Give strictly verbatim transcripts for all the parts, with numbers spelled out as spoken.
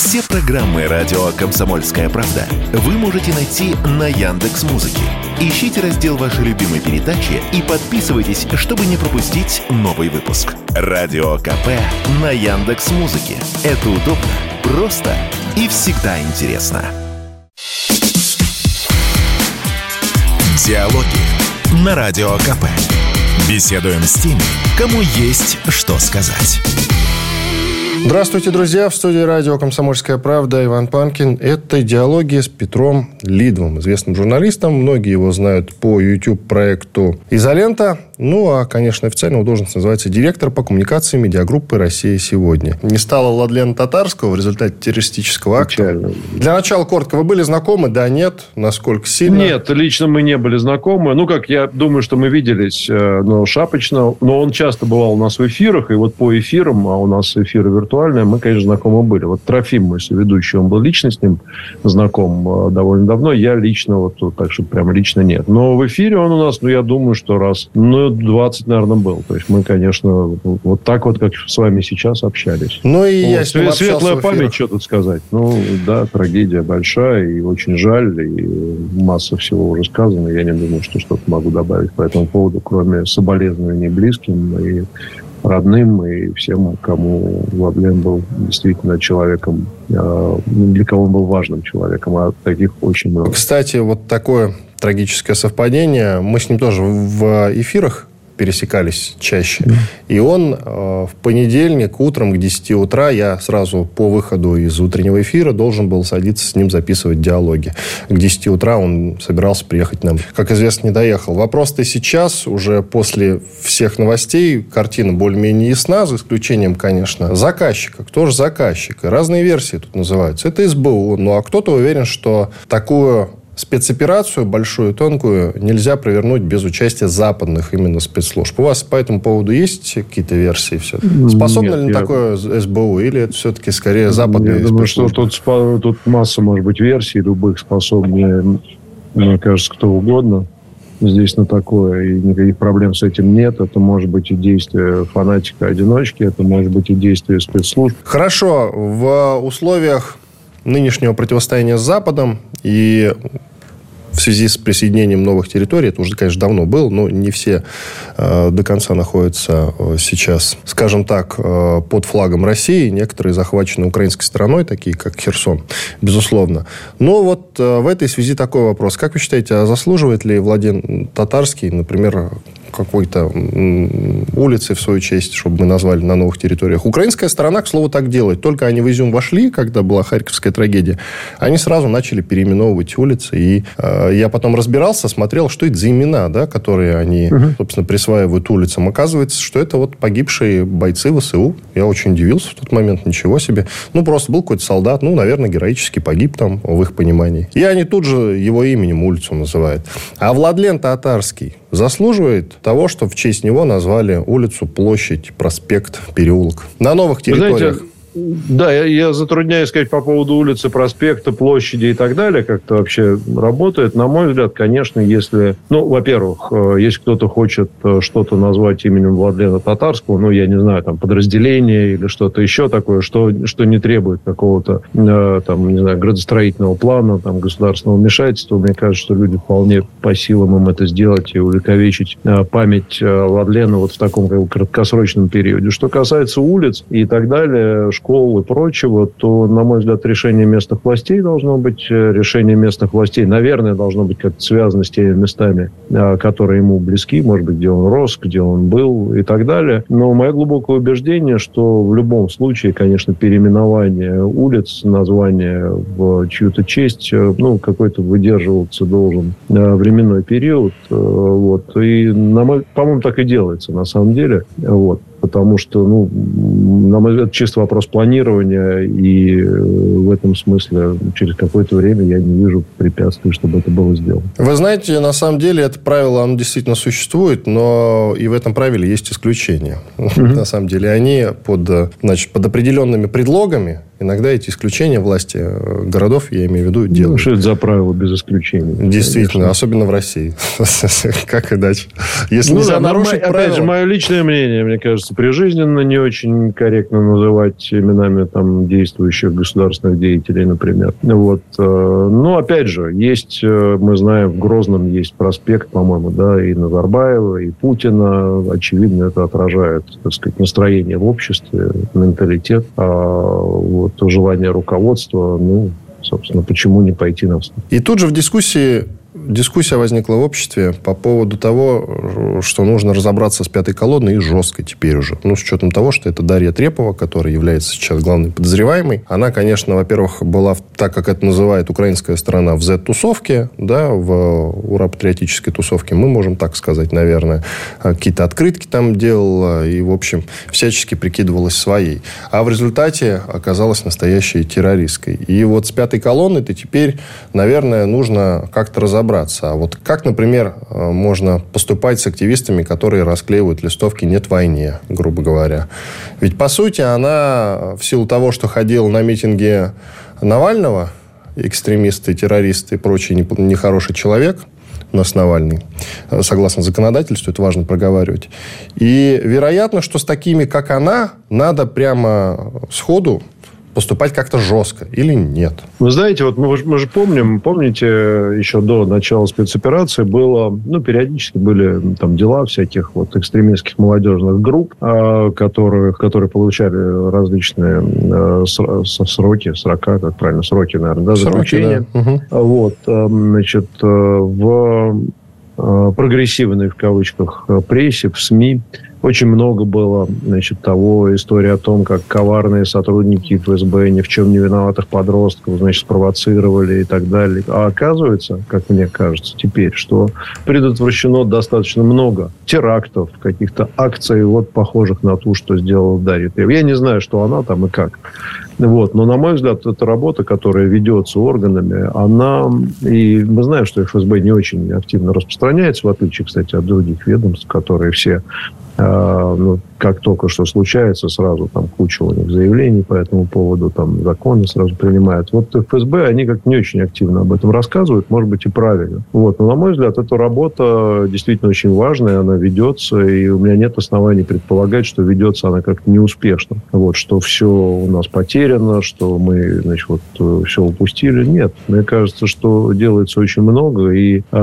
Все программы радио «Комсомольская правда» вы можете найти на Яндекс.Музыке. Ищите раздел вашей любимой передачи и подписывайтесь, чтобы не пропустить новый выпуск. Радио КП на Яндекс.Музыке. Это удобно, просто и всегда интересно. Диалоги на Радио КП. Беседуем с теми, кому есть что сказать. Здравствуйте, друзья! В студии радио «Комсомольская правда» Иван Панкин. Это диалоги с Петром Лидовым, известным журналистом. Многие его знают по YouTube-проекту «Изолента». Ну, а, конечно, официально его должность называется директор по коммуникации медиагруппы «Россия сегодня». Не стало Владлена Татарского в результате террористического акта. Печально. Для начала, коротко, вы были знакомы? Да, нет? Насколько сильно? Нет, лично мы не были знакомы. Ну, как, я думаю, что мы виделись, ну, шапочно. Но он часто бывал у нас в эфирах. И вот по эфирам, а у нас эфиры виртуальные, мы, конечно, знакомы были. Вот Трофим, мой соведущий, он был лично с ним знаком довольно давно. Я лично, вот так что прям лично нет. Но в эфире он у нас, ну, я думаю, что раз... Ну, двадцать, наверное, был. То есть мы, конечно, вот так вот, как с вами сейчас, общались. Ну, и вот. я с ним общался Светлая в эфирах. память, что тут сказать. Ну, да, трагедия большая, и очень жаль, и масса всего уже сказано. Я не думаю, что что-то могу добавить по этому поводу, кроме соболезнований близким и родным, и всем, кому Владлен был действительно человеком, для кого он был важным человеком, а таких очень много. Кстати, вот такое трагическое совпадение. Мы с ним тоже в эфирах пересекались чаще. И он э, в понедельник утром к десяти утра, я сразу по выходу из утреннего эфира должен был садиться с ним записывать диалоги. К десяти утра он собирался приехать нам. Как известно, не доехал. Вопрос-то сейчас, уже после всех новостей, картина более-менее ясна, за исключением, конечно, заказчика. Кто же заказчик? И разные версии тут называются. Это эс бэ у. Ну, а кто-то уверен, что такую спецоперацию, большую, тонкую, нельзя провернуть без участия западных именно спецслужб. У вас по этому поводу есть какие-то версии? Все? Способно ли на я... такое эс бэ у? Или это все-таки скорее западные Я думаю, что тут, тут масса, может быть, версий любых способнее, мне кажется, кто угодно здесь на такое. И никаких проблем с этим нет. Это может быть и действие фанатика-одиночки, это может быть и действие спецслужб. Хорошо. В условиях нынешнего противостояния с Западом и в связи с присоединением новых территорий, это уже, конечно, давно было, но не все э, до конца находятся э, сейчас, скажем так, э, под флагом России. Некоторые захвачены украинской стороной, такие как Херсон, безусловно. Но вот э, в этой связи такой вопрос. Как вы считаете, а заслуживает ли Владлен Татарский, например, какой-то улицы в свою честь, чтобы мы назвали на новых территориях? Украинская сторона, к слову, так делает. Только они в Изюм вошли, когда была Харьковская трагедия, они сразу начали переименовывать улицы. И э, я потом разбирался, смотрел, что это за имена, да, которые они, угу. собственно, присваивают улицам. Оказывается, что это вот погибшие бойцы вэ эс у. Я очень удивился в тот момент. Ничего себе. Ну, просто был какой-то солдат, ну, наверное, героически погиб там, в их понимании. И они тут же его именем улицу называют. А Владлен Татарский заслуживает того, что в честь него назвали улицу, площадь, проспект, переулок. На новых территориях. Знаете, да, я, я затрудняюсь сказать по поводу улицы, проспекта, площади и так далее, как это вообще работает. На мой взгляд, конечно, если... Ну, во-первых, если кто-то хочет что-то назвать именем Владлена Татарского, ну, я не знаю, там, подразделение или что-то еще такое, что, что не требует какого-то, там, не знаю, градостроительного плана, там, государственного вмешательства, мне кажется, что люди вполне по силам им это сделать и увековечить память Владлена вот в таком как бы краткосрочном периоде. Что касается улиц и так далее, школ и прочего, то, на мой взгляд, решение местных властей должно быть. Решение местных властей, наверное, должно быть как-то связано с теми местами, которые ему близки, может быть, где он рос, где он был и так далее. Но мое глубокое убеждение, что в любом случае, конечно, переименование улиц, название в чью-то честь, ну, какой-то выдерживаться должен временной период. Вот. И, на мой, по-моему, так и делается, на самом деле. Вот. Потому что, ну, на мой взгляд, чисто вопрос планирования, и в этом смысле через какое-то время я не вижу препятствий, чтобы это было сделано. Вы знаете, на самом деле это правило, оно действительно существует, но и в этом правиле есть исключения. Mm-hmm. На самом деле они под, значит, под определенными предлогами иногда эти исключения власти городов, я имею в виду, делают. Ну, что это за правило без исключений? Действительно, конечно. Особенно в России. Как иначе? Если ну, нельзя да, нарушить опять правила... же, мое личное мнение, мне кажется, прижизненно не очень корректно называть именами там, действующих государственных деятелей, например. Вот. Но, опять же, есть, мы знаем, в Грозном есть проспект, по-моему, да, и Назарбаева, и Путина. Очевидно, это отражает, так сказать, настроение в обществе, менталитет, а вот, желание руководства, ну, собственно, почему не пойти навстречу. И тут же в дискуссии Дискуссия возникла в обществе по поводу того, что нужно разобраться с пятой колонной и жестко теперь уже. Ну, с учетом того, что это Дарья Трепова, которая является сейчас главной подозреваемой. Она, конечно, во-первых, была, так как это называет украинская сторона, в зет-тусовке, да, в ура-патриотической тусовке, мы можем так сказать, наверное. Какие-то открытки там делала и, в общем, всячески прикидывалась своей. А в результате оказалась настоящей террористкой. И вот с пятой колонной-то теперь, наверное, нужно как-то разобраться. А вот как, например, можно поступать с активистами, которые расклеивают листовки «Нет войне», грубо говоря? Ведь, по сути, она в силу того, что ходила на митинги Навального, экстремисты, террористы и прочий нехороший человек, у нас Навальный, согласно законодательству, это важно проговаривать. И вероятно, что с такими, как она, надо прямо сходу поступать как-то жестко или нет? Вы знаете, вот мы, мы же помним, помните, еще до начала спецоперации было, ну, периодически были там дела всяких вот экстремистских молодежных групп, которые, которые получали различные сроки, срока, как правильно, сроки, наверное, да, заключения. Сроки, да. Вот, значит, в прогрессивной, в кавычках, прессе, в СМИ очень много было, значит, того, истории о том, как коварные сотрудники эф эс бэ ни в чем не виноватых подростков, значит, спровоцировали и так далее. А оказывается, как мне кажется теперь, что предотвращено достаточно много терактов, каких-то акций, вот, похожих на ту, что сделала Дарья Трепова. Я не знаю, что она там и как. Вот. Но, на мой взгляд, эта работа, которая ведется органами, она... И мы знаем, что эф эс бэ не очень активно распространяется, в отличие, кстати, от других ведомств, которые все... Ну, как только что случается, сразу там куча у них заявлений по этому поводу, там законы сразу принимают. Вот эф эс бэ, они как-то не очень активно об этом рассказывают, может быть, и правильно. Вот. Но, на мой взгляд, эта работа действительно очень важная, она ведется, и у меня нет оснований предполагать, что ведется она как-то неуспешно. Вот, что все у нас потеряно, что мы, значит, вот, все упустили. Нет. Мне кажется, что делается очень много, и э,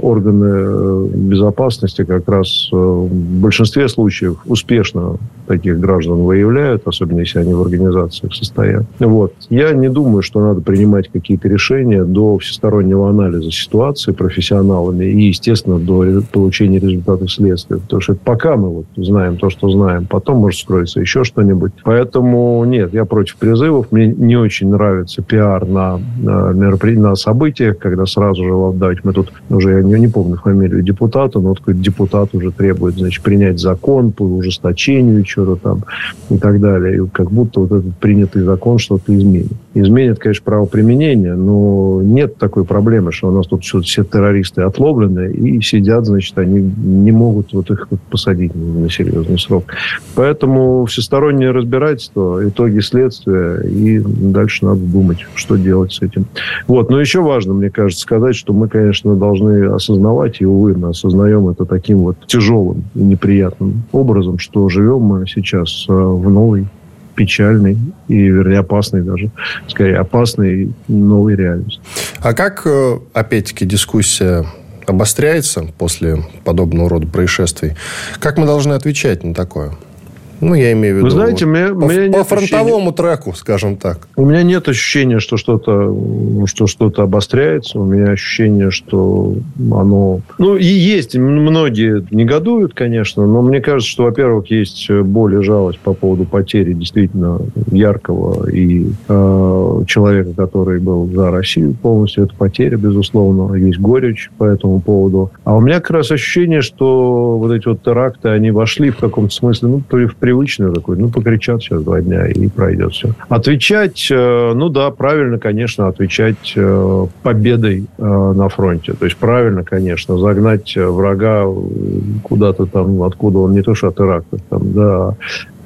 органы безопасности как раз э, в большинстве случаев успешно таких граждан выявляют, особенно если они в организациях состоят. Вот. Я не думаю, что надо принимать какие-то решения до всестороннего анализа ситуации профессионалами и, естественно, до получения результатов следствия. Потому что пока мы вот знаем то, что знаем, потом может скроется еще что-нибудь. Поэтому нет, я против призывов. Мне не очень нравится пиар на, на, меропри... на событиях, когда сразу же давайте мы тут уже, я не, не помню фамилию депутата, но вот какой-то депутат уже требует, значит, принять закон по ужесточению чего-то там и так далее. И как будто вот этот принятый закон что-то изменит. Изменит, конечно, правоприменение, но нет такой проблемы, что у нас тут все, все террористы отловлены и сидят, значит, они не могут вот их вот посадить на серьезный срок. Поэтому всестороннее разбирательство, итоги следствия, и дальше надо думать, что делать с этим. Вот. Но еще важно, мне кажется, сказать, что мы, конечно, должны осознавать, и, увы, мы осознаем это таким вот тяжелым и неприятным образом, что живем мы сейчас в новой, печальной и, вернее, опасной даже, скорее, опасной новой реальности. А как, опять-таки, дискуссия обостряется после подобного рода происшествий? Как мы должны отвечать на такое? Ну, я имею в виду... Вы знаете, вот, меня, по, меня по фронтовому ощущения... треку, скажем так. У меня нет ощущения, что что-то, что что-то обостряется. У меня ощущение, что оно... Ну, и есть. Многие негодуют, конечно. Но мне кажется, что, во-первых, есть боль и жалость по поводу потери действительно яркого и э, человека, который был за Россию полностью. Это потеря, безусловно. Есть горечь по этому поводу. А у меня как раз ощущение, что вот эти вот теракты, они вошли в каком-то смысле, ну, в привычную такую, ну, покричат сейчас два дня, и пройдет все. Отвечать, ну да, правильно, конечно, отвечать победой на фронте. То есть, правильно, конечно, загнать врага куда-то там, откуда он не то что от терактов, там, да,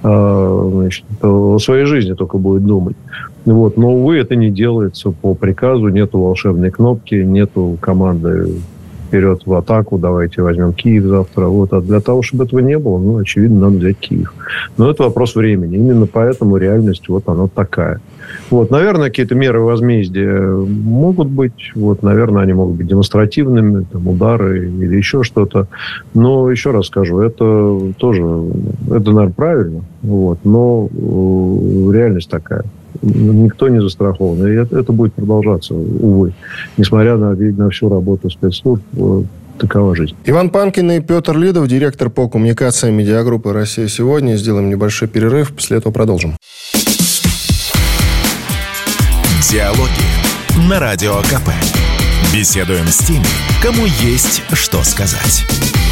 значит, о своей жизни только будет думать. Вот. Но, увы, это не делается по приказу, нету волшебной кнопки, нету команды вперед в атаку, давайте возьмем Киев завтра. Вот. А для того, чтобы этого не было, ну, очевидно, надо взять Киев. Но это вопрос времени. Именно поэтому реальность вот она такая. Вот, наверное, какие-то меры возмездия могут быть. Вот, наверное, они могут быть демонстративными, там, удары или еще что-то. Но, еще раз скажу, это тоже, это, наверное, правильно. Вот, но э, реальность такая. Никто не застрахован. И это, это будет продолжаться, увы. Несмотря на, на всю работу спецслужб, такова жизнь. Иван Панкин и Петр Лидов, директор по коммуникациям медиагруппы «Россия сегодня». Сделаем небольшой перерыв, после этого продолжим. Диалоги на Радио КП. Беседуем с теми, кому есть что сказать.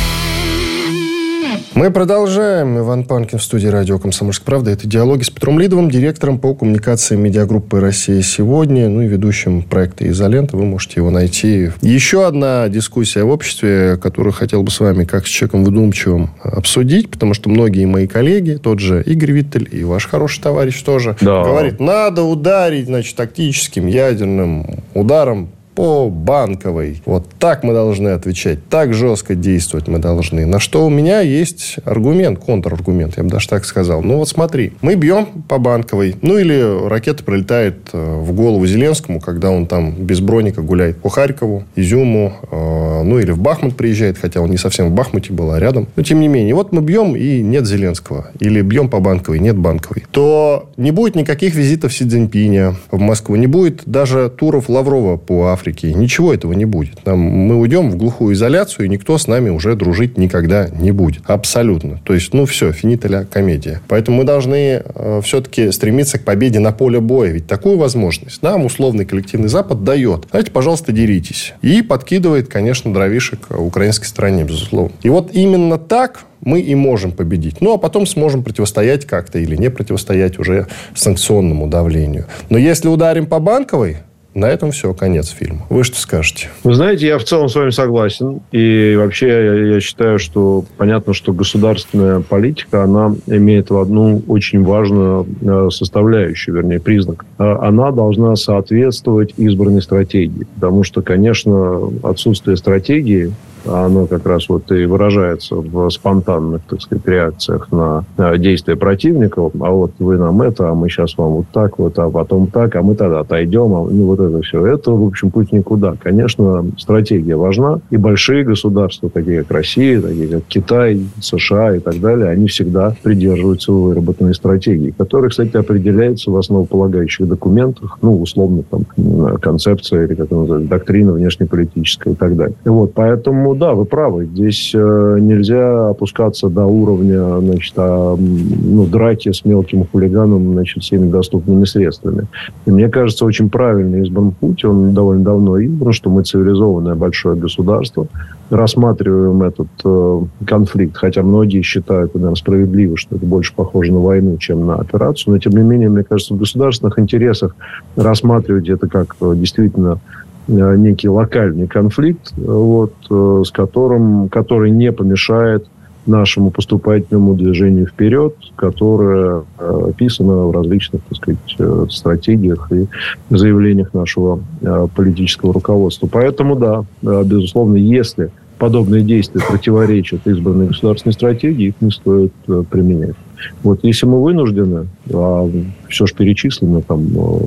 Мы продолжаем. Иван Панкин в студии радио «Комсомольская правда». Это «Диалоги» с Петром Лидовым, директором по коммуникациям медиагруппы «Россия сегодня», ну и ведущим проекта «Изолента». Вы можете его найти. Еще одна дискуссия в обществе, которую хотел бы с вами, как с человеком выдумчивым, обсудить, потому что многие мои коллеги, тот же Игорь Виттель и ваш хороший товарищ тоже, да. говорит, надо ударить, значит, тактическим ядерным ударом по Банковой. Вот так мы должны отвечать. Так жестко действовать мы должны. На что у меня есть аргумент, контраргумент, я бы даже так сказал. Ну вот смотри, мы бьем по Банковой. Ну или ракета прилетает в голову Зеленскому, когда он там без броника гуляет по Харькову, Изюму. Ну или в Бахмут приезжает, хотя он не совсем в Бахмуте был, а рядом. Но тем не менее, вот мы бьем и нет Зеленского. Или бьем по Банковой, нет Банковой. То не будет никаких визитов Си Цзиньпиня в Москву. Не будет даже туров Лаврова по Африке. Ничего этого не будет. Нам, мы уйдем в глухую изоляцию, и никто с нами уже дружить никогда не будет. Абсолютно. То есть, ну все, финита ля комедия. Поэтому мы должны э, все-таки стремиться к победе на поле боя. Ведь такую возможность нам условный коллективный Запад дает. Давайте, пожалуйста, деритесь. И подкидывает, конечно, дровишек украинской стороне, безусловно. И вот именно так мы и можем победить. Ну, а потом сможем противостоять как-то или не противостоять уже санкционному давлению. Но если ударим по Банковой, на этом все, конец фильма. Вы что скажете? Вы знаете, я в целом с вами согласен. И вообще я, я считаю, что понятно, что государственная политика, она имеет одну очень важную составляющую, вернее, признак. Она должна соответствовать избранной стратегии. Потому что, конечно, отсутствие стратегии, оно как раз вот и выражается в спонтанных, так сказать, реакциях на действия противников. А вот вы нам это, а мы сейчас вам вот так вот, а потом так, а мы тогда отойдем. А, ну, вот это все. Это, в общем, путь никуда. Конечно, стратегия важна. И большие государства, такие как Россия, такие как Китай, США и так далее, они всегда придерживаются выработанной стратегии, которая, кстати, определяется в основополагающих документах, ну, условно, там, концепция или, как это называется, доктрина внешнеполитическая и так далее. Вот, поэтому да, вы правы. Здесь э, нельзя опускаться до уровня, значит, а, ну, драки с мелким хулиганом, значит, всеми доступными средствами. И мне кажется, очень правильно избран путь. Он довольно давно избран, что мы цивилизованное большое государство. Рассматриваем этот э, конфликт, хотя многие считают, наверное, справедливо, что это больше похоже на войну, чем на операцию. Но, тем не менее, мне кажется, в государственных интересах рассматривать это как э, действительно некий локальный конфликт, вот, с которым, который не помешает нашему поступательному движению вперед, которое описано в различных, так сказать, стратегиях и заявлениях нашего политического руководства. Поэтому, да, безусловно, если подобные действия противоречат избранной государственной стратегии, их не стоит применять. Вот если мы вынуждены, а все же перечислено там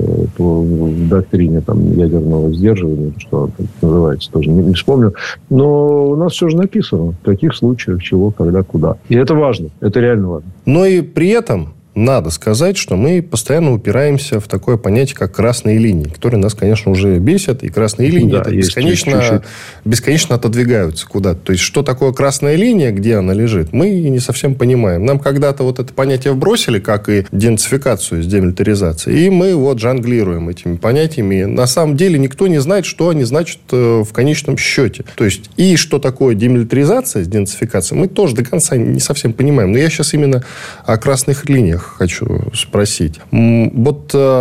в доктрине там, ядерного сдерживания, что это называется, тоже не, не вспомню, но у нас все же написано, в каких случаях, чего, когда, куда. И это важно, это реально важно. Но и при этом надо сказать, что мы постоянно упираемся в такое понятие, как красные линии, которые нас, конечно, уже бесят. И красные линии да, это бесконечно, чуть-чуть. бесконечно отодвигаются куда-то. То есть, что такое красная линия, где она лежит, мы не совсем понимаем. Нам когда-то вот это понятие вбросили, как и денацификацию с демилитаризацией. И мы вот жонглируем этими понятиями. На самом деле, никто не знает, что они значат в конечном счете. То есть, и что такое демилитаризация с денацификацией, мы тоже до конца не совсем понимаем. Но я сейчас именно о красных линиях хочу спросить. Вот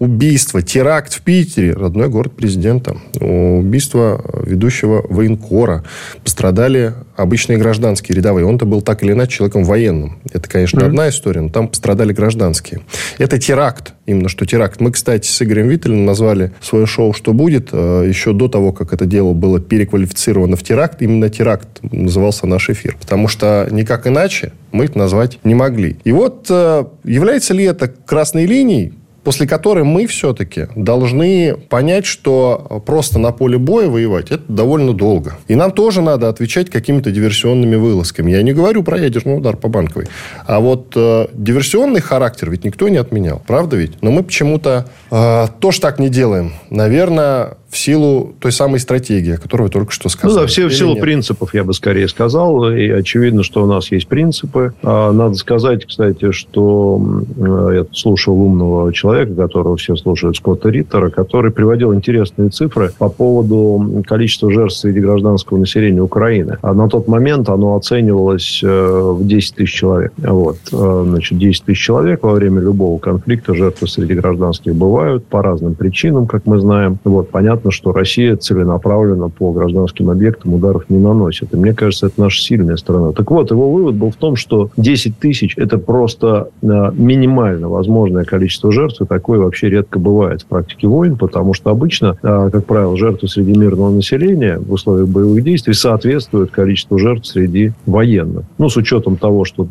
убийство, теракт в Питере, родной город президента, убийство ведущего военкора. Пострадали обычные гражданские, рядовые. Он-то был так или иначе человеком военным. Это, конечно, mm-hmm. одна история, но там пострадали гражданские. Это теракт. Именно что теракт. Мы, кстати, с Игорем Виттелем назвали свое шоу «Что будет?» еще до того, как это дело было переквалифицировано в теракт. Именно теракт назывался наш эфир. Потому что никак иначе мы это назвать не могли. И вот является ли это красной линией, после которой мы все-таки должны понять, что просто на поле боя воевать – это довольно долго. И нам тоже надо отвечать какими-то диверсионными вылазками. Я не говорю про ядерный удар по Банковой. А вот э, диверсионный характер ведь никто не отменял. Правда ведь? Но мы почему-то э, тоже так не делаем. Наверное, в силу той самой стратегии, о которой вы только что сказали. Ну да, все, в силу нет? принципов, я бы скорее сказал. И очевидно, что у нас есть принципы. А, надо сказать, кстати, что я слушал умного человека, которого все слушают, Скотта Риттера, который приводил интересные цифры по поводу количества жертв среди гражданского населения Украины. А на тот момент оно оценивалось в десять тысяч человек. Вот. Значит, десять тысяч человек во время любого конфликта жертвы среди гражданских бывают по разным причинам, как мы знаем. Вот. Понятно, что Россия целенаправленно по гражданским объектам ударов не наносит. И мне кажется, это наша сильная сторона. Так вот, его вывод был в том, что десять тысяч – это просто минимально возможное количество жертв. И такое вообще редко бывает в практике войн, потому что обычно, как правило, жертвы среди мирного населения в условиях боевых действий соответствуют количеству жертв среди военных. Ну, с учетом того, что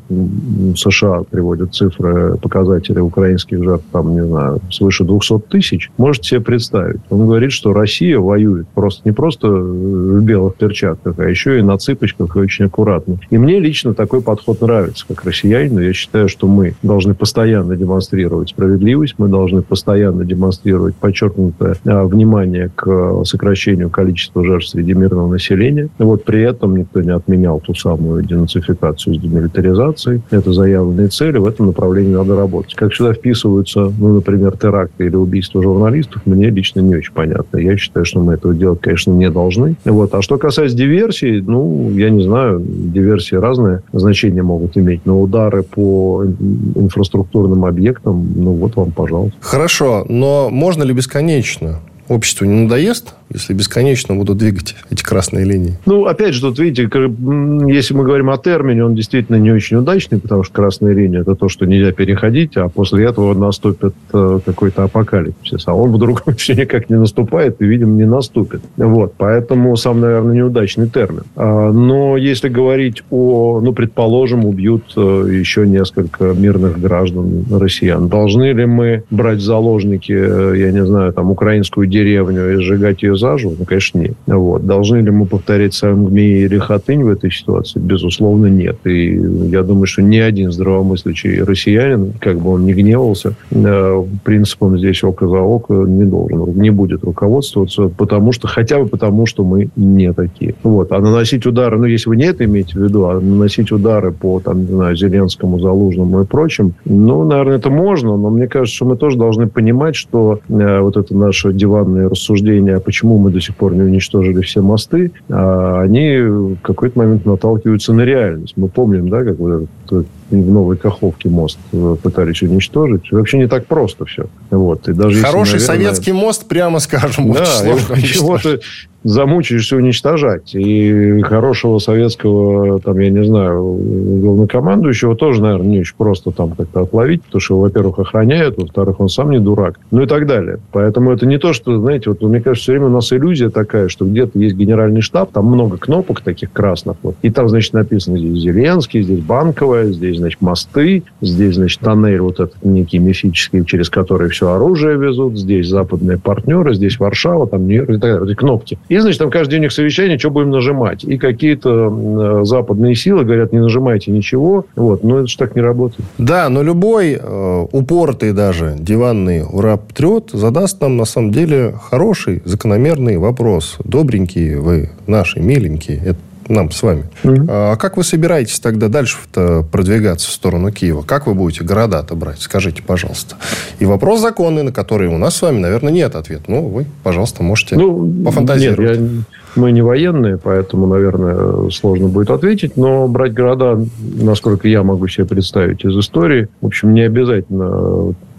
США приводят цифры, показатели украинских жертв, там, не знаю, свыше двухсот тысяч, можете себе представить. Он говорит, что Россия воюет просто не просто в белых перчатках, а еще и на цыпочках, и очень аккуратно. И мне лично такой подход нравится, как россиянину. Я считаю, что мы должны постоянно демонстрировать справедливость, мы должны постоянно демонстрировать подчеркнутое а, внимание к сокращению количества жертв среди мирного населения. Вот при этом никто не отменял ту самую денацификацию с демилитаризацией. Это заявленные цели, в этом направлении надо работать. Как сюда вписываются, ну, например, теракты или убийства журналистов, мне лично не очень понятно. Я считаю, что мы этого делать, конечно, не должны. Вот. А что касается диверсий, ну, я не знаю, диверсии разные значения могут иметь, но удары по инфраструктурным объектам, ну, вот вам, пожалуйста. Хорошо, но можно ли бесконечно? Обществу не надоест, если бесконечно будут двигать эти красные линии? Ну, опять же, тут, видите, если мы говорим о термине, он действительно не очень удачный, потому что красная линия – это то, что нельзя переходить, а после этого наступит какой-то апокалипсис. А он вдруг вообще никак не наступает и, видимо, не наступит. Вот. Поэтому сам, наверное, неудачный термин. Но если говорить о, ну, предположим, убьют еще несколько мирных граждан россиян, должны ли мы брать в заложники, я не знаю, там, украинскую деревню, деревню и сжигать ее заживо? Ну, конечно, нет. Вот. Должны ли мы повторять Сангми или Хатынь в этой ситуации? Безусловно, нет. И я думаю, что ни один здравомыслящий россиянин, как бы он ни гневался, принципом здесь око за око не должен, не будет руководствоваться, потому что, хотя бы потому, что мы не такие. Вот. А наносить удары, ну, если вы не это имеете в виду, а наносить удары по, там, не знаю, Зеленскому, Залужному и прочим, ну, наверное, это можно, но мне кажется, что мы тоже должны понимать, что э, вот это наше диванное рассуждения, почему мы до сих пор не уничтожили все мосты, а они в какой-то момент наталкиваются на реальность. Мы помним, да, как вот этот в Новой Каховке мост пытались уничтожить. Вообще не так просто все. Вот. И даже Хороший если, наверное, советский мост, прямо скажем, да, чего-то замучаешься уничтожать. И хорошего советского, там, я не знаю, главнокомандующего тоже, наверное, не очень просто там как-то отловить, потому что его, во-первых, охраняют, во-вторых, он сам не дурак, ну и так далее. Поэтому это не то, что, знаете, вот мне кажется, все время у нас иллюзия такая, что где-то есть генеральный штаб, там много кнопок таких красных, вот, и там, значит, написано здесь Зеленский, здесь Банковая, здесь, значит, мосты, здесь, значит, тоннель вот этот некий мифический, через который все оружие везут, здесь западные партнеры, здесь Варшава, там Нью-Йорк и так далее, эти кнопки. И, значит, там каждый день у них совещание, что будем нажимать. И какие-то э, западные силы говорят, не нажимайте ничего. Вот. Но это же так не работает. Да, но любой э, упоротый даже диванный ура-патриот задаст нам, на самом деле, хороший, закономерный вопрос. Добренькие вы, наши, миленькие. Это нам с вами. Mm-hmm. А как вы собираетесь тогда дальше-то продвигаться в сторону Киева? Как вы будете города-то брать? Скажите, пожалуйста. И вопрос законный, на который у нас с вами, наверное, нет ответа. Ну, вы, пожалуйста, можете ну, пофантазировать. Нет, я... Мы не военные, поэтому, наверное, сложно будет ответить. Но брать города, насколько я могу себе представить из истории, в общем, не обязательно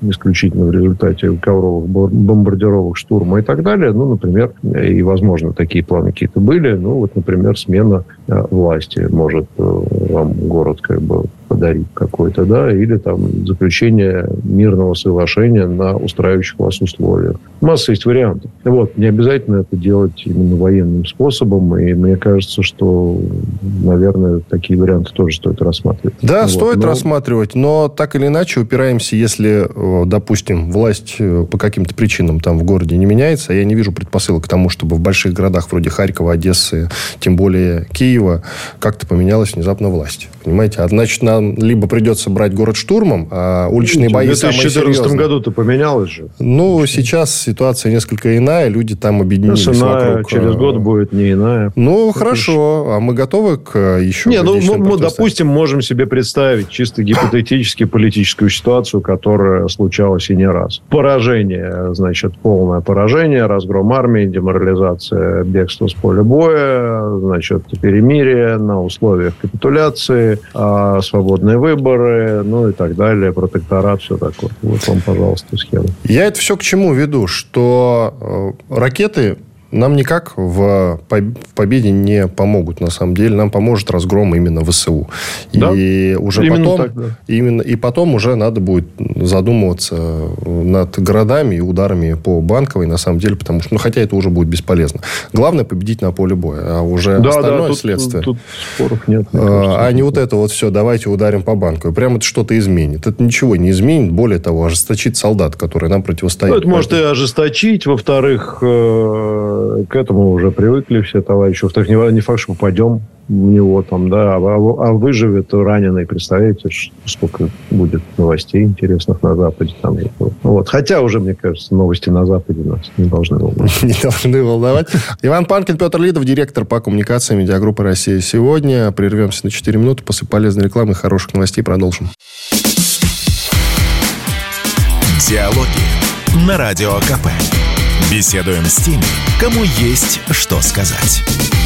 исключительно в результате ковровых бомбардировок, штурма и так далее. Ну, например, и, возможно, такие планы какие-то были. Ну, вот, например, смена власти может вам город как бы подарить какой-то, да, или там заключение мирного соглашения на устраивающих вас условиях. Масса есть вариантов. Вот. Не обязательно это делать именно военным способом, и мне кажется, что, наверное, такие варианты тоже стоит рассматривать. Да, вот. стоит но... рассматривать, но так или иначе упираемся, если, допустим, власть по каким-то причинам там в городе не меняется, я не вижу предпосылок к тому, чтобы в больших городах вроде Харькова, Одессы, тем более Киева, как-то поменялась внезапно власть. Понимаете? А значит, нам либо придется брать город штурмом, а уличные бои самые серьезные. В две тысячи четырнадцатом году-то поменялось же. Ну, сейчас ситуация несколько иная, люди там объединились ну, вокруг. Через год будет не иная. Ну, это хорошо. Ж... А мы готовы к еще... Не, ну, мы, мы, допустим, можем себе представить чисто гипотетически политическую ситуацию, которая случалась и не раз. Поражение, значит, полное поражение, разгром армии, деморализация, бегство с поля боя, значит, перемирие на условиях капитуляции, свободные выборы, ну и так далее, протекторат, все такое. Вот вам, пожалуйста, схема. Я это все к чему веду, что э, ракеты нам никак в победе не помогут, на самом деле. Нам поможет разгром именно ВСУ. Да? И уже именно потом, так, да. именно, и потом уже надо будет задумываться над городами и ударами по Банковой, на самом деле, потому что, ну, хотя это уже будет бесполезно. Главное победить на поле боя, а уже да, остальное да, тут, следствие. Тут, тут споров нет. А, кажется, а не вот это вот все, давайте ударим по Банковой. Прямо это что-то изменит. Это ничего не изменит. Более того, ожесточит солдат, которые нам противостоят. Ну, это может и ожесточить. Во-вторых, к этому уже привыкли все товарищи. Во-вторых, не, не факт, что попадем в него там, да, а, а выживет раненый. Представляете, сколько будет новостей интересных на Западе. Там, вот. Хотя уже, мне кажется, новости на Западе нас не должны волновать. Не должны волновать. Иван Панкин, Петр Лидов, директор по коммуникациям медиагруппы «Россия сегодня». Прервемся на четыре минуты. После полезной рекламы и хороших новостей продолжим. Диалоги на Радио КП. Беседуем с теми, кому есть что сказать.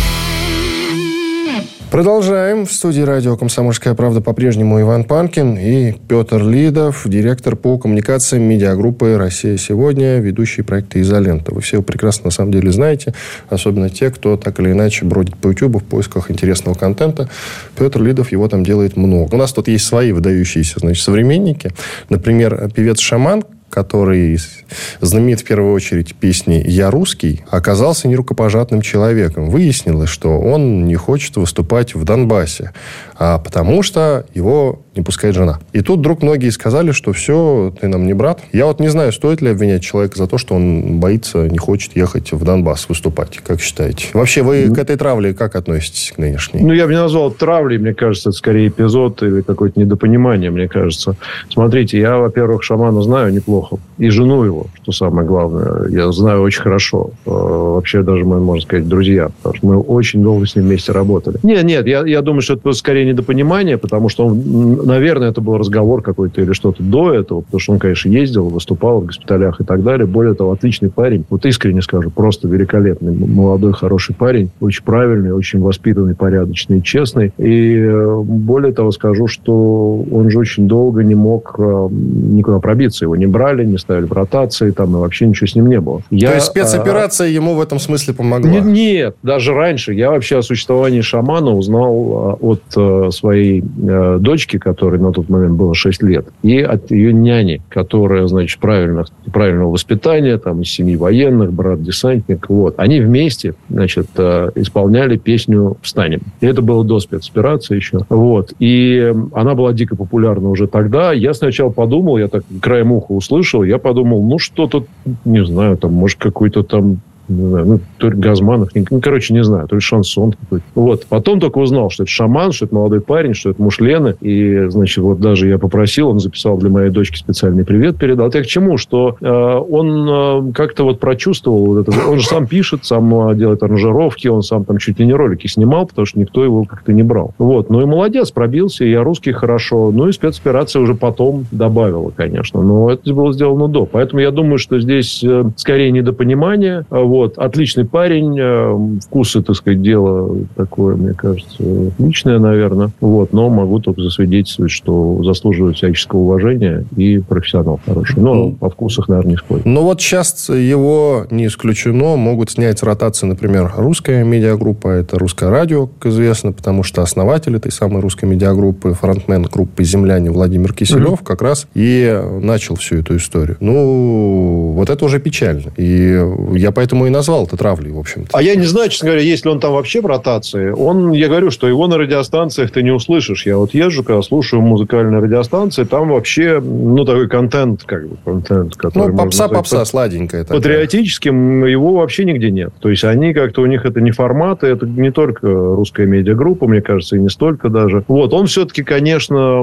Продолжаем. В студии радио «Комсомольская правда» по-прежнему Иван Панкин и Петр Лидов, директор по коммуникациям медиагруппы «Россия сегодня», ведущий проекта «Изолента». Вы все прекрасно, на самом деле, знаете, особенно те, кто так или иначе бродит по Ютубу в поисках интересного контента. Петр Лидов его там делает много. У нас тут есть свои выдающиеся, значит, современники. Например, певец «Шаман», который знаменит в первую очередь песней «Я русский», оказался нерукопожатным человеком. Выяснилось, что он не хочет выступать в Донбассе, а потому что его не пускает жена. И тут вдруг многие сказали, что все, ты нам не брат. Я вот не знаю, стоит ли обвинять человека за то, что он боится, не хочет ехать в Донбасс выступать. Как считаете? Вообще, вы к этой травле как относитесь к нынешней? Ну, я бы не назвал травлей. Мне кажется, это скорее эпизод или какое-то недопонимание, мне кажется. Смотрите, я, во-первых, Шамана знаю неплохо. И жену его, что самое главное, я знаю очень хорошо. Вообще, даже мы, можно сказать, друзья. Потому что мы очень долго с ним вместе работали. Нет, нет, я, я думаю, что это скорее недопонимание, потому что он, наверное, это был разговор какой-то или что-то до этого, потому что он, конечно, ездил, выступал в госпиталях и так далее. Более того, отличный парень. Вот искренне скажу, просто великолепный, молодой, хороший парень. Очень правильный, очень воспитанный, порядочный, честный. И более того, скажу, что он же очень долго не мог никуда пробиться. Его не брали, не ставили в ротации, там и вообще ничего с ним не было. Я, То есть спецоперация а, ему в этом смысле помогла? Нет, нет, даже раньше. Я вообще о существовании Шамана узнал от а, своей а, дочки, которой на тот момент было шесть лет, и от ее няни, которая, значит, правильно, правильного воспитания, там, из семьи военных, брат-десантник. Вот. Они вместе, значит, а, исполняли песню «Встанем». И это было до спецоперации еще. Вот. И она была дико популярна уже тогда. Я сначала подумал, я так краем уха услышал, я подумал, ну, что-то, не знаю, там, может, какой-то там, не знаю, ну, то ли Газманов, ну, короче, не знаю, то ли шансон какой-то. Вот. Потом только узнал, что это Шаман, что это молодой парень, что это муж Лены. И, значит, вот даже я попросил, он записал для моей дочки специальный привет, передал. Это к чему? Что э, он э, как-то вот прочувствовал вот это. Он же сам пишет, сам э, делает аранжировки, он сам там чуть ли не ролики снимал, потому что никто его как-то не брал. Вот. Ну и молодец, пробился, я русский хорошо. Ну и спецоперация уже потом добавила, конечно. Но это было сделано до. Поэтому я думаю, что здесь э, скорее недопонимание. Вот. Вот. Отличный парень. Вкусы, так сказать, дело такое, мне кажется, личное, наверное. Вот. Но могу только засвидетельствовать, что заслуживает всяческого уважения и профессионал хороший. Но ну, по вкусах, наверное, не спорю. Ну, вот сейчас его, не исключено, могут снять с ротации, например, русская медиагруппа. Это русское радио, как известно, потому что основатель этой самой русской медиагруппы, фронтмен группы «Земляне» Владимир Киселев, mm-hmm. как раз и начал всю эту историю. Ну, вот это уже печально. И я поэтому и назвал это травлей, в общем-то. А я не знаю, честно говоря, есть ли он там вообще в ротации. Он, я говорю, что его на радиостанциях ты не услышишь. Я вот езжу, когда слушаю музыкальные радиостанции, там вообще, ну, такой контент, как бы, контент, который... Ну, попса-попса, сладенькая. Такая. Патриотическим его вообще нигде нет. То есть, они как-то, у них это не форматы, это не только русская медиагруппа, мне кажется, и не столько даже. Вот, он все-таки, конечно,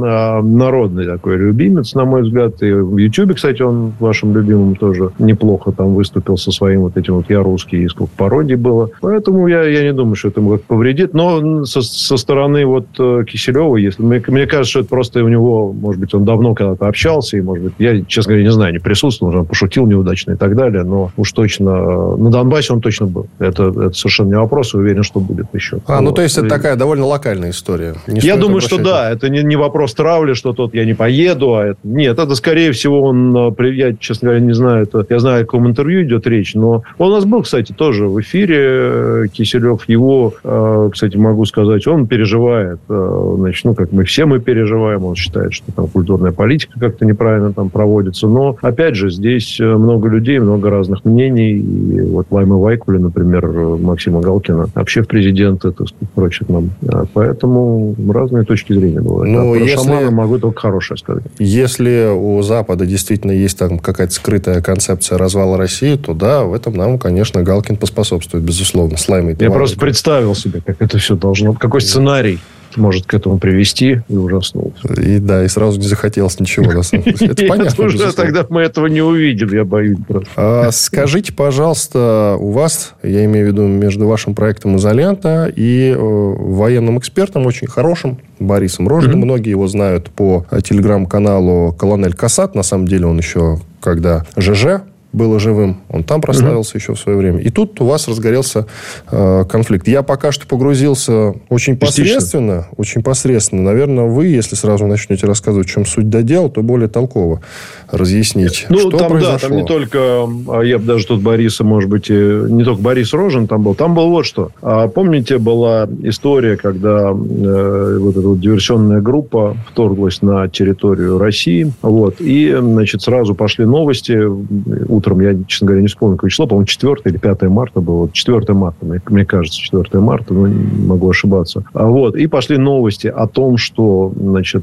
народный такой любимец, на мой взгляд. И в Ютьюбе, кстати, он вашим любимым тоже неплохо там выступил со своим вот этим вот «Я русский», и сколько пародий было. Поэтому я, я не думаю, что это ему как-то повредит. Но со, со стороны вот Киселева, если мне, мне кажется, что это просто у него, может быть, он давно когда-то общался, и, может быть, я, честно говоря, не знаю, не присутствовал, может, он пошутил неудачно и так далее, но уж точно на Донбассе он точно был. Это, это совершенно не вопрос, и уверен, что будет еще. А, вот. Ну, то есть, это такая довольно локальная история. Не я думаю, что да. Это не, не вопрос травли, что тот я не поеду, а это... Нет, это, скорее всего, он... Я, честно говоря, не знаю, это... я знаю, о каком интервью идет речь, но он у нас был, кстати, тоже в эфире, Киселев. Его, кстати, могу сказать, он переживает, значит, ну, как мы все мы переживаем, он считает, что там культурная политика как-то неправильно там проводится, но, опять же, здесь много людей, много разных мнений, и вот Лайма Вайкуля, например, Максима Галкина, вообще в президенты, так сказать, прочит нам. Поэтому разные точки зрения бывают. Ну, а про если... шамана могу только хорошее сказать. Если у Запада действительно есть там какая-то скрытая концепция развала России, то да, в этом нам, конечно, Галкин поспособствует, безусловно. С Лаймой. Я просто представил себе, как это все должно... Какой сценарий может к этому привести, и ужаснулся. И да, и сразу не захотелось ничего. Это понятно. Уже тогда мы этого не увидим, я боюсь просто. Скажите, пожалуйста, у вас, я имею в виду между вашим проектом «Изолента» и военным экспертом, очень хорошим, Борисом Рожиным, многие его знают по телеграм-каналу «Колонель Касат», на самом деле он еще, когда ЖЖ было живым, он там прославился mm-hmm. еще в свое время. И тут у вас разгорелся э, конфликт. Я пока что погрузился очень посредственно, очень посредственно. Наверное, вы, если сразу начнете рассказывать, в чем суть до дела, то более толково разъяснить, ну, что там, произошло. Да, там не только, я бы даже тут Бориса, может быть, и не только Борис Рожин там был, там был вот что. А, помните, была история, когда э, вот эта вот диверсионная группа вторглась на территорию России, вот, и, значит, сразу пошли новости, утром, я, честно говоря, не вспомню, какое число, по-моему, четвёртое или пятое марта было. четвёртое марта, мне, мне кажется, четвёртое марта, но не могу ошибаться. А вот, и пошли новости о том, что, значит,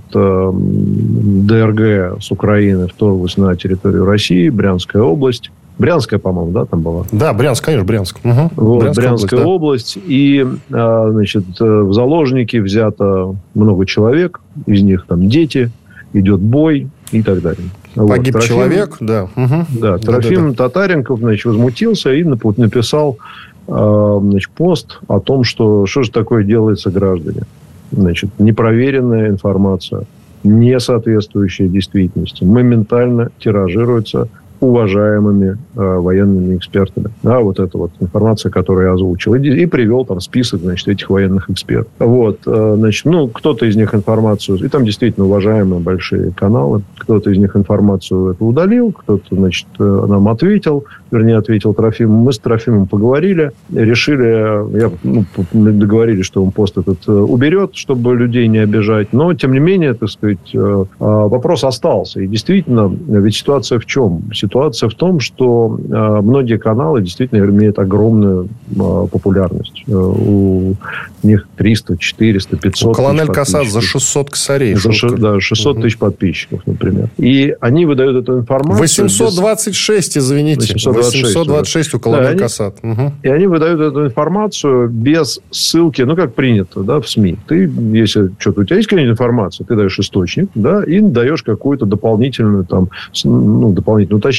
ДРГ с Украины вторглась на территорию России, Брянская область. Брянская, по-моему, да, там была? Да, Брянск, конечно, Брянск. Угу. Вот, Брянская, Брянская область. область. И, значит, в заложники взято много человек, из них там дети, идет бой и так далее. Погиб вот, Трофим, человек, да. Угу. Да, Трофим да, да, да. Татаренков, значит, возмутился и написал, значит, пост о том, что что же такое делается, граждане. Значит, непроверенная информация, не соответствующая действительности, моментально тиражируется уважаемыми э, военными экспертами. Да, вот эта вот информация, которую я озвучил. И, и привел там список, значит, этих военных экспертов. Вот, э, значит, ну, кто-то из них информацию... И там действительно уважаемые большие каналы. Кто-то из них информацию эту удалил, кто-то, значит, нам ответил. Вернее, ответил Трофим. Мы с Трофимом поговорили. Решили... Я, ну, договорились, что он пост этот уберет, чтобы людей не обижать. Но, тем не менее, так сказать, э, вопрос остался. И действительно, ведь ситуация в чем? Ситуация в том, что э, многие каналы действительно имеют огромную э, популярность. Э, у них триста, четыреста, пятьсот Колонель Касат за шестьсот косарей. За ш, да, шестьсот угу. тысяч подписчиков, например. И они выдают эту информацию... восемьсот двадцать шесть, без... извините. восемьсот двадцать шесть у Колонель да, Касат. Угу. И они выдают эту информацию без ссылки, ну, как принято, да, в СМИ. Ты, если что-то у тебя есть какая-нибудь информация, ты даешь источник, да, и даешь какую-то дополнительную, там, ну, дополнительную уточнение,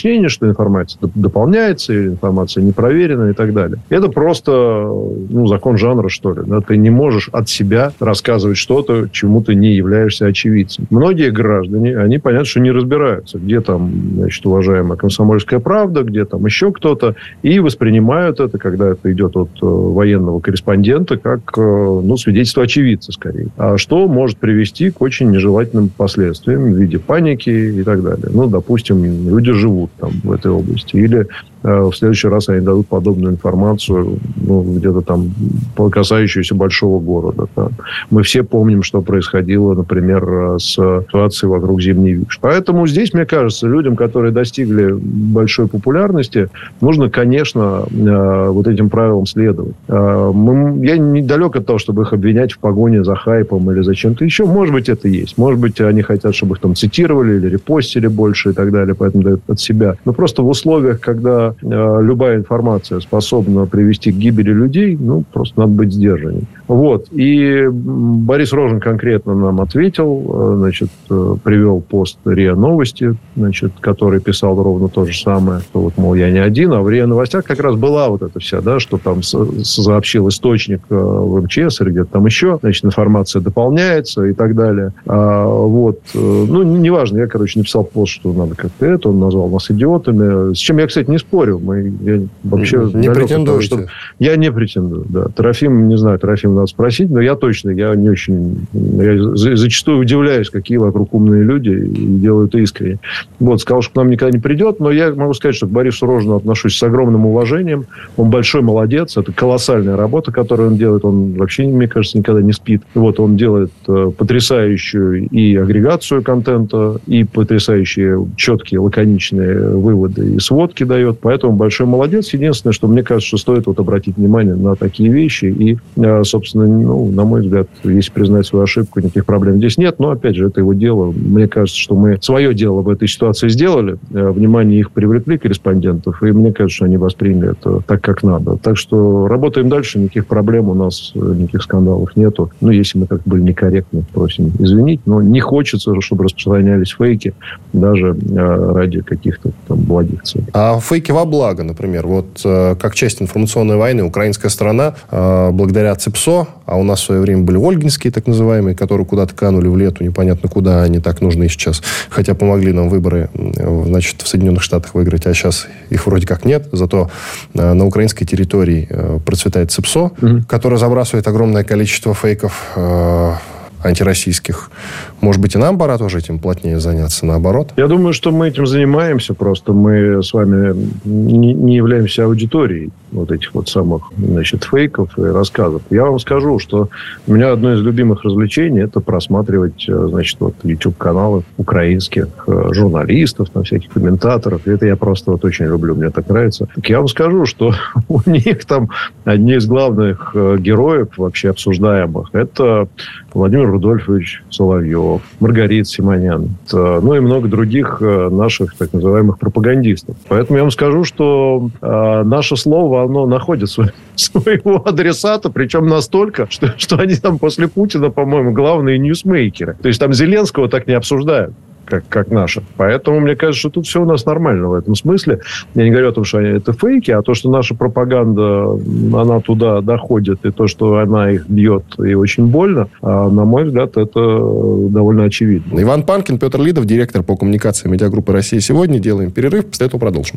уточнение, что информация дополняется, или информация не проверена и так далее. Это просто ну, закон жанра, что ли. Да? Ты не можешь от себя рассказывать что-то, чему ты не являешься очевидцем. Многие граждане, они, понятно, что не разбираются, где там, значит, уважаемая «Комсомольская правда», где там еще кто-то, и воспринимают это, когда это идет от военного корреспондента, как ну, свидетельство очевидца, скорее. А что может привести к очень нежелательным последствиям в виде паники и так далее. Ну, допустим, люди живут там в этой области. Или э, в следующий раз они дадут подобную информацию, ну, где-то там, касающуюся большого города. Да. Мы все помним, что происходило, например, с ситуацией вокруг Зимней Вишни. Поэтому здесь, мне кажется, людям, которые достигли большой популярности, нужно, конечно, э, вот этим правилам следовать. Э, мы, я недалек от того, чтобы их обвинять в погоне за хайпом или за чем-то еще. Может быть, это есть. Может быть, они хотят, чтобы их там цитировали или репостили больше и так далее, поэтому дают от себя. Но просто в условиях, когда э, любая информация способна привести к гибели людей, ну, просто надо быть сдержанней. Вот. И Борис Рожин конкретно нам ответил, э, значит, э, привел пост РИА Новости, значит, который писал ровно то же самое, что вот, мол, я не один, а в РИА Новостях как раз была вот эта вся, да, что там с- сообщил источник э, в эм че эс или где-то там еще, значит, информация дополняется и так далее. А, вот. Ну, неважно, я, короче, написал пост, что надо как-то это, он назвал нас идиотами, с чем я, кстати, не спорю. Мы, я вообще не претендуете? Того, что... Я не претендую, да. Трофим, не знаю, Трофим надо спросить, но я точно, я не очень... Я зачастую удивляюсь, какие вокруг умные люди и делают искренне. Вот, сказал, что к нам никогда не придет, но я могу сказать, что к Борису Рожину отношусь с огромным уважением. Он большой молодец, это колоссальная работа, которую он делает. Он вообще, мне кажется, никогда не спит. Вот, он делает э, потрясающую и агрегацию контента, и потрясающие четкие, лаконичные выводы и сводки дает. Поэтому большой молодец. Единственное, что мне кажется, что стоит вот обратить внимание на такие вещи. И, собственно, ну, на мой взгляд, если признать свою ошибку, никаких проблем здесь нет. Но, опять же, это его дело. Мне кажется, что мы свое дело в этой ситуации сделали. Внимание их привлекли, корреспондентов. И мне кажется, что они восприняли это так, как надо. Так что работаем дальше. Никаких проблем у нас, никаких скандалов нету. Ну, если мы как были некорректны, просим извинить. Но не хочется, чтобы распространялись фейки даже э, ради каких-то там благих целей. А фейки во благо, например, вот э, как часть информационной войны украинская сторона э, благодаря ЦИПСО, а у нас в свое время были ольгинские так называемые, которые куда-то канули в лету, непонятно куда, они так нужны сейчас, хотя помогли нам выборы, э, значит, в Соединенных Штатах выиграть, а сейчас их вроде как нет, зато э, на украинской территории э, процветает ЦИПСО, угу. которое забрасывает огромное количество фейков э, антироссийских. Может быть, и нам пора тоже этим плотнее заняться, наоборот? Я думаю, что мы этим занимаемся, просто мы с вами не, не являемся аудиторией вот этих вот самых, значит, фейков и рассказов. Я вам скажу, что у меня одно из любимых развлечений – это просматривать, значит, вот YouTube-каналы украинских журналистов, там, всяких комментаторов. И это я просто вот очень люблю, мне так нравится. Так я вам скажу, что у них там одни из главных героев вообще обсуждаемых – это Владимир Рудольфович Соловьев, Маргарита Симонян, ну и много других наших так называемых пропагандистов. Поэтому я вам скажу, что э, наше слово, оно находит свой, своего адресата, причем настолько, что, что они там после Путина, по-моему, главные ньюсмейкеры. То есть там Зеленского так не обсуждают. Как, как наши. Поэтому, мне кажется, что тут все у нас нормально в этом смысле. Я не говорю о том, что это фейки, а то, что наша пропаганда, она туда доходит, и то, что она их бьет, и очень больно, на мой взгляд, это довольно очевидно. Иван Панкин, Петр Лидов, директор по коммуникации медиагруппы «Россия сегодня». Делаем перерыв, после этого продолжим.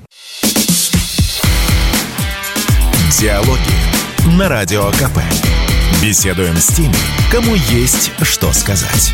Диалоги на Радио КП. Беседуем с теми, кому есть что сказать.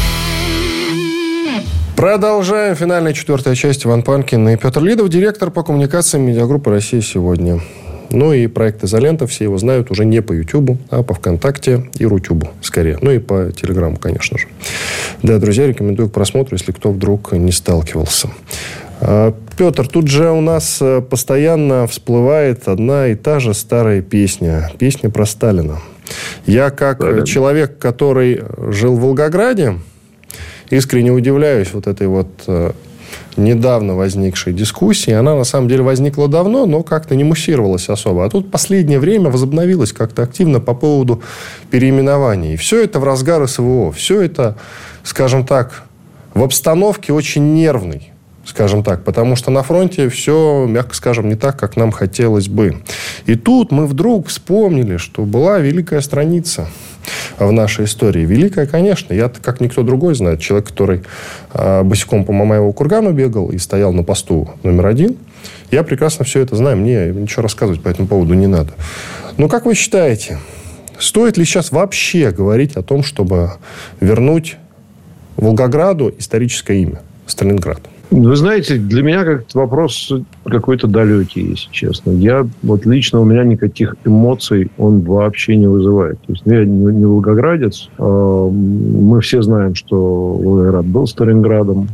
Продолжаем. Финальная четвертая часть. Иван Панкин и Петр Лидов, директор по коммуникациям медиагруппы «Россия сегодня». Ну и проект «Изолента», все его знают уже не по Ютубу, а по ВКонтакте и Рутюбу скорее. Ну и по Телеграму, конечно же. Да, друзья, рекомендую к просмотру, если кто вдруг не сталкивался. Петр, тут же у нас постоянно всплывает одна и та же старая песня. Песня про Сталина. Я как да, человек, который жил в Волгограде, искренне удивляюсь вот этой вот э, недавно возникшей дискуссии. Она, на самом деле, возникла давно, но как-то не муссировалась особо. А тут в последнее время возобновилась как-то активно по поводу переименований. И все это в разгар СВО. Все это, скажем так, в обстановке очень нервной. скажем так, потому что на фронте все, мягко скажем, не так, как нам хотелось бы. И тут мы вдруг вспомнили, что была великая страница в нашей истории. Великая, конечно. Я, как никто другой, знает. Человек, который э, босиком по Мамаеву кургану бегал и стоял на посту номер один. Я прекрасно все это знаю. Мне ничего рассказывать по этому поводу не надо. Ну, как вы считаете, стоит ли сейчас вообще говорить о том, чтобы вернуть Волгограду историческое имя Сталинград? Вы знаете, для меня как-то вопрос какой-то далекий, если честно. Я, вот лично у меня никаких эмоций он вообще не вызывает. То есть я не, не волгоградец. Мы все знаем, что Волгоград был Сталинградом.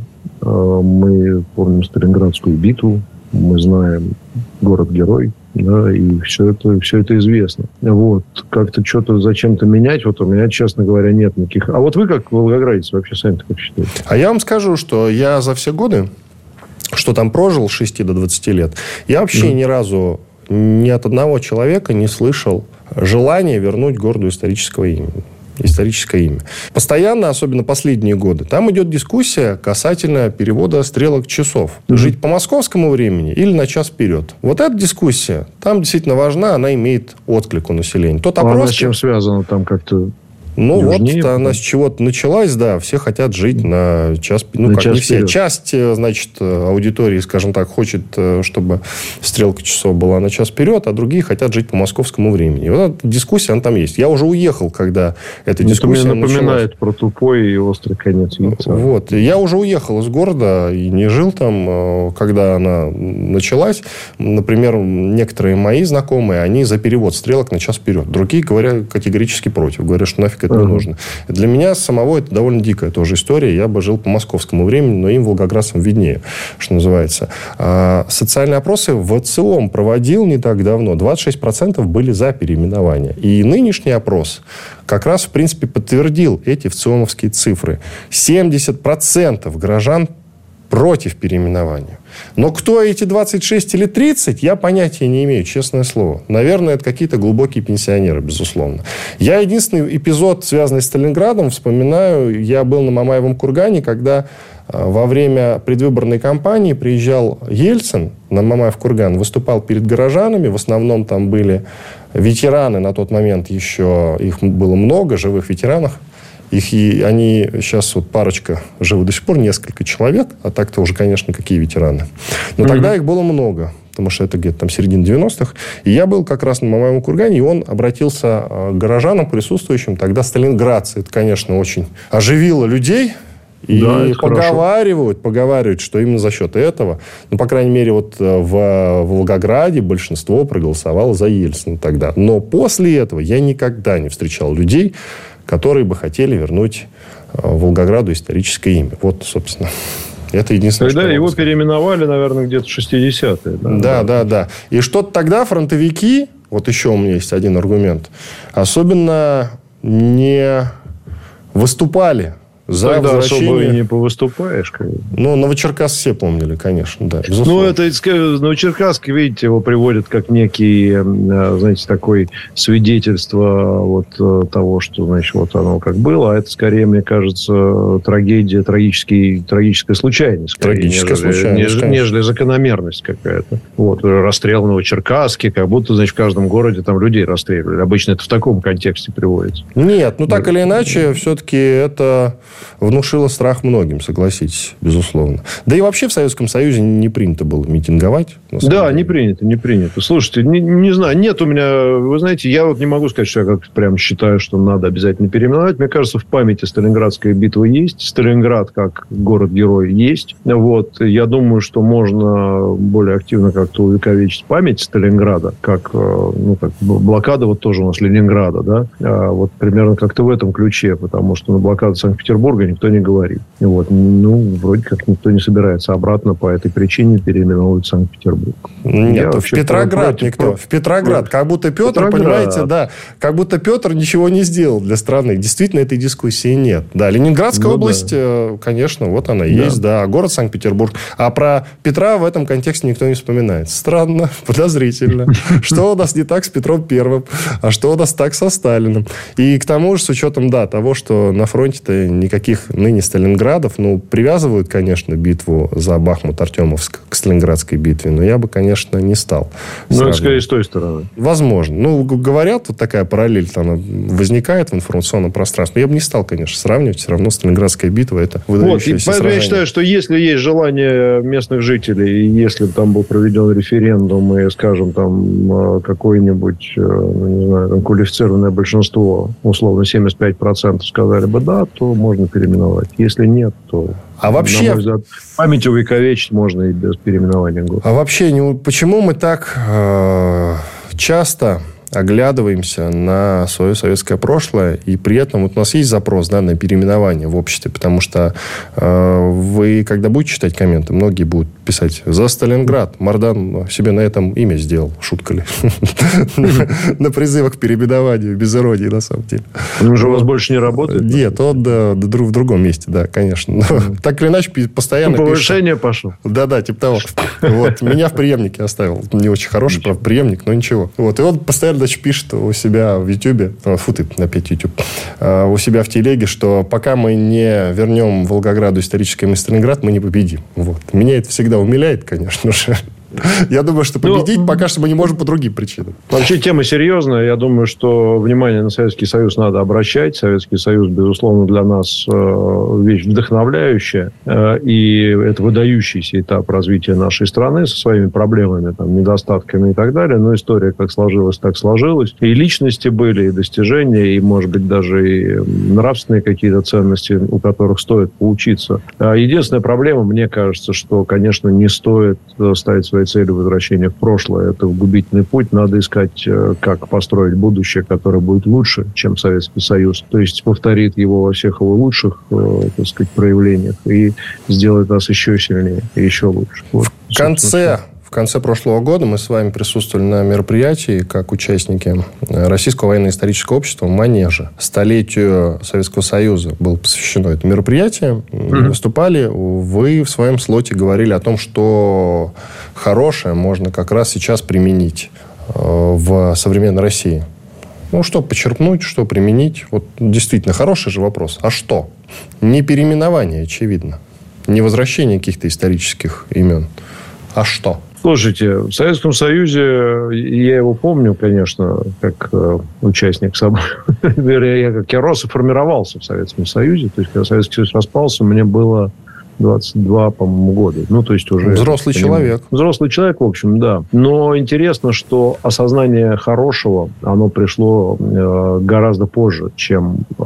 Мы помним Сталинградскую битву. Мы знаем город-герой. Да, и все это, все это известно. Вот. Как-то что-то зачем-то менять, вот у меня, честно говоря, нет никаких... А вот вы, как волгоградец, вообще сами как считаете? А я вам скажу, что я за все годы, что там прожил, с шести до двадцати лет, я вообще mm. ни разу ни от одного человека не слышал желания вернуть городу исторического имени. Историческое имя. Постоянно, особенно последние годы, там идет дискуссия касательно перевода стрелок часов. Mm-hmm. Жить по московскому времени или на час вперед. Вот эта дискуссия там действительно важна, она имеет отклик у населения. Тот опрос... А она с чем связана там как-то? Ну, южнее, вот она с чего-то началась, да, все хотят жить на час, ну, на как час не все. Вперед. Часть, значит, аудитории, скажем так, хочет, чтобы стрелка часов была на час вперед, а другие хотят жить по московскому времени. И вот эта дискуссия, она там есть. Я уже уехал, когда эта это дискуссия началась. Это напоминает про тупой и острый конец яйца. Вот. Я уже уехал из города и не жил там, когда она началась. Например, некоторые мои знакомые, они за перевод стрелок на час вперед. Другие говорят категорически против. Говорят, что нафиг это не нужно. Для меня самого это довольно дикая тоже история. Я бы жил по московскому времени, но им, волгоградцам, виднее, что называется. А социальные опросы ВЦИОМ проводил не так давно. двадцать шесть процентов были за переименование. И нынешний опрос как раз, в принципе, подтвердил эти ВЦИОМовские цифры. семьдесят процентов горожан против переименования. Но кто эти двадцать шесть или тридцать, я понятия не имею, честное слово. Наверное, это какие-то глубокие пенсионеры, безусловно. Я единственный эпизод, связанный с Сталинградом, вспоминаю. Я был на Мамаевом кургане, когда во время предвыборной кампании приезжал Ельцин на Мамаев курган, выступал перед горожанами. В основном там были ветераны на тот момент еще. Их было много, живых ветеранов. Их, и они сейчас вот парочка живут до сих пор, несколько человек, а так-то уже, конечно, какие ветераны. Но mm-hmm. тогда их было много, потому что это где-то там середина девяностых. И я был как раз на Мамаевом кургане, и он обратился к горожанам, присутствующим. Тогда сталинградцы, это, конечно, очень оживило людей. И да, поговаривают, поговаривают, что именно за счет этого, ну, по крайней мере, вот в Волгограде большинство проголосовало за Ельцина тогда. Но после этого я никогда не встречал людей, которые бы хотели вернуть Волгограду историческое имя. Вот, собственно, это единственное, тогда что... его переименовали, наверное, где-то в шестидесятые. Да, да, да, да. И что-то тогда фронтовики, вот еще у меня есть один аргумент, особенно не выступали за тогда возвращение... особо и не повыступаешь, конечно. Ну, Новочеркасск все помнили, конечно, да, безусловно. Ну, это Новочеркасск, видите, его приводят как некий, знаете, такой свидетельство вот того, что, значит, вот оно как было. А это, скорее, мне кажется, трагедия, трагический, трагическая случайность. Скорее, трагическая нежели, случайность, нежели, нежели закономерность какая-то. Вот, расстрел в Новочеркасске, как будто, значит, в каждом городе там людей расстреливали. Обычно это в таком контексте приводится. Нет, ну, так или иначе, все-таки это... внушило страх многим, согласитесь, безусловно. Да и вообще в Советском Союзе не принято было митинговать. Да, не принято, не принято. Слушайте, не, не знаю, нет у меня... Вы знаете, я вот не могу сказать, что я как прям считаю, что надо обязательно переименовать. Мне кажется, в памяти Сталинградская битва есть. Сталинград как город-герой есть. Вот. Я думаю, что можно более активно как-то увековечить память Сталинграда. Как, ну, как блокада вот тоже у нас Ленинграда, да. А вот примерно как-то в этом ключе. Потому что на блокаду Санкт-Петербурга никто не говорит. Вот. Ну, вроде как никто не собирается обратно по этой причине переименовывать Санкт-Петербург. Нет, в Петроград против, никто. Против, в Петроград. Против. Как будто Петр, Петроград. Понимаете, да, как будто Петр ничего не сделал для страны. Действительно, этой дискуссии нет. Да, Ленинградская ну, область, да. конечно, вот она да. есть, да, город Санкт-Петербург. А про Петра в этом контексте никто не вспоминает. Странно, подозрительно. Что у нас не так с Петром Первым, а что у нас так со Сталиным. И к тому же, с учетом, да, того, что на фронте-то никаких никаких ныне Сталинградов. Ну, привязывают, конечно, битву за Бахмут-Артемовск к Сталинградской битве, но я бы, конечно, не стал. Ну, это скорее с той стороны. Возможно. Ну, говорят, вот такая параллель там возникает в информационном пространстве. Я бы не стал, конечно, сравнивать. Все равно Сталинградская битва – это выдающееся вот, и поэтому сражение. Я считаю, что если есть желание местных жителей, и если там был проведен референдум, и, скажем, там какое-нибудь, ну, не знаю, там, квалифицированное большинство, условно, семьдесят пять процентов сказали бы «да», то можно переименовать. Если нет, то... А вообще... На мой взгляд, память увековечить можно и без переименования года. А вообще, ну, почему мы так э, часто оглядываемся на свое советское прошлое, и при этом вот у нас есть запрос, да, на переименование в обществе, потому что э, вы, когда будете читать комменты, многие будут писать «За Сталинград». Мардан себе на этом имя сделал. Шутка ли? На призывах к переименованию, без иронии, на самом деле. Он же у вас больше не работает? Нет, он в другом месте, да, конечно. Так или иначе, постоянно пишет. Повышение пошло. Да-да, типа того. Вот. Меня в преемнике оставил. Не очень хороший, правда, преемник, но ничего. Вот. И он постоянно, значит, пишет у себя в Ютьюбе, фу ты, опять Ютьюб, у себя в телеге, что пока мы не вернем Волгограду историческое имя Сталинград, мы не победим. Вот. Меня это всегда умиляет, конечно же. Я думаю, что победить ну, пока что мы не можем по другим причинам. Вообще тема серьезная. Я думаю, что внимание на Советский Союз надо обращать. Советский Союз, безусловно, для нас э, вещь вдохновляющая. Э, и это выдающийся этап развития нашей страны со своими проблемами, там, недостатками и так далее. Но история как сложилась, так сложилась. И личности были, и достижения, и, может быть, даже и нравственные какие-то ценности, у которых стоит поучиться. Единственная проблема, мне кажется, что, конечно, не стоит ставить свои целью возвращения в прошлое. Это губительный путь. Надо искать, как построить будущее, которое будет лучше, чем Советский Союз. То есть повторит его во всех его лучших, так сказать, проявлениях и сделает нас еще сильнее и еще лучше. Вот, в конце... В конце прошлого года мы с вами присутствовали на мероприятии как участники Российского военно-исторического общества в Манеже. Столетию Советского Союза было посвящено это мероприятие. Mm-hmm. Выступали. Вы в своем слоте говорили о том, что хорошее можно как раз сейчас применить в современной России. Ну, что почерпнуть, что применить. Вот действительно хороший же вопрос. А что? Не переименование, очевидно. Не возвращение каких-то исторических имен. А что? Слушайте, в Советском Союзе, я его помню, конечно, как э, участник собой. Я как я рос и формировался в Советском Союзе. То есть, когда Советский Союз распался, мне было двадцать два, по-моему, года. Ну, то есть уже... Взрослый человек. Взрослый человек, в общем, да. Но интересно, что осознание хорошего, оно пришло э, гораздо позже, чем, э,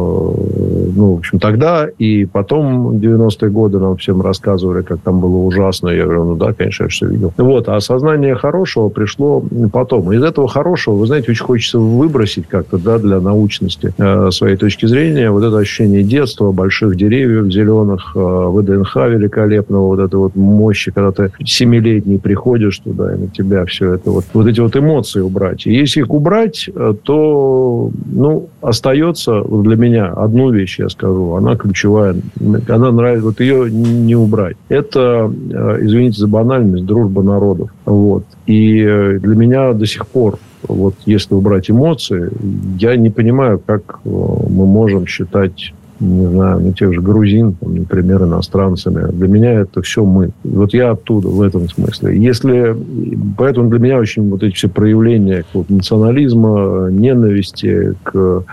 ну, в общем, тогда. И потом, в девяностые годы, нам всем рассказывали, как там было ужасно. Я говорю, ну да, конечно, я все видел. Вот. А осознание хорошего пришло потом. Из этого хорошего, вы знаете, очень хочется выбросить как-то, да, для научности э, своей точки зрения. Вот это ощущение детства, больших деревьев зеленых, э, ВДНХ великолепного, вот этой вот мощи, когда ты семилетний приходишь туда, и на тебя все это, вот, вот эти вот эмоции убрать. И если их убрать, то, ну, остается для меня одну вещь, я скажу, она ключевая, она нравится, вот ее не убрать. Это, извините за банальность, дружба народов. Вот. И для меня до сих пор, вот если убрать эмоции, я не понимаю, как мы можем считать, не знаю, ну, тех же грузин, там, например, иностранцами. Для меня это все мы. Вот я оттуда, в этом смысле. Если... Поэтому для меня очень вот эти все проявления вот, национализма, ненависти к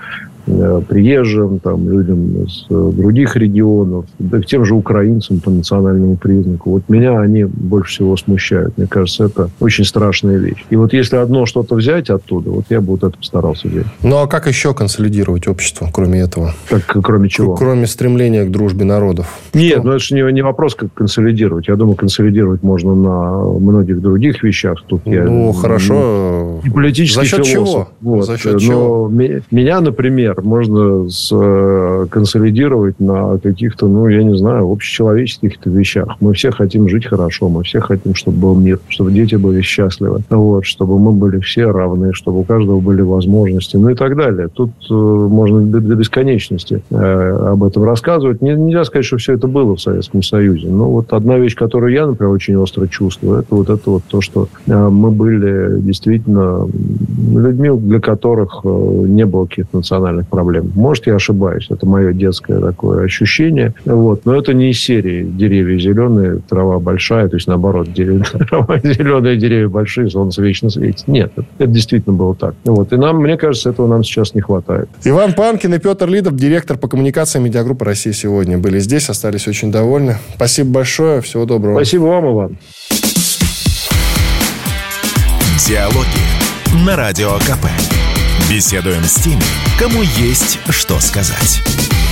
приезжим, там, людям из других регионов, да, к тем же украинцам по национальному признаку. Вот меня они больше всего смущают. Мне кажется, это очень страшная вещь. И вот если одно что-то взять оттуда, вот я бы вот это постарался взять. Ну, а как еще консолидировать общество, кроме этого? Так, кроме чего? Кроме стремления к дружбе народов. Нет, что? ну это же не, не вопрос, как консолидировать. Я думаю, консолидировать можно на многих других вещах. Тут ну, я, хорошо. И политический За счет философ. чего? Вот. За счет Но чего? Меня, например, можно с, э, консолидировать на каких-то, ну, я не знаю, общечеловеческих вещах. Мы все хотим жить хорошо, мы все хотим, чтобы был мир, чтобы дети были счастливы, вот, чтобы мы были все равны, чтобы у каждого были возможности, ну и так далее. Тут э, можно до, до бесконечности э, об этом рассказывать. Не, нельзя сказать, что все это было в Советском Союзе. Но вот одна вещь, которую я, например, очень остро чувствую, это вот это вот то, что э, мы были действительно людьми, для которых э, не было каких-то национальных проблем. Может, я ошибаюсь. Это мое детское такое ощущение. Вот. Но это не из серии деревья зеленые, трава большая. То есть, наоборот, деревья, трава зеленые, деревья большие, солнце вечно светит. Нет, это, это действительно было так. Вот. И нам, мне кажется, этого нам сейчас не хватает. Иван Панкин и Петр Лидов, директор по коммуникациям медиагруппы «Россия сегодня», были здесь, остались очень довольны. Спасибо большое. Всего доброго. Спасибо вам, Иван. Диалоги на Радио КП. Беседуем с теми, кому есть что сказать.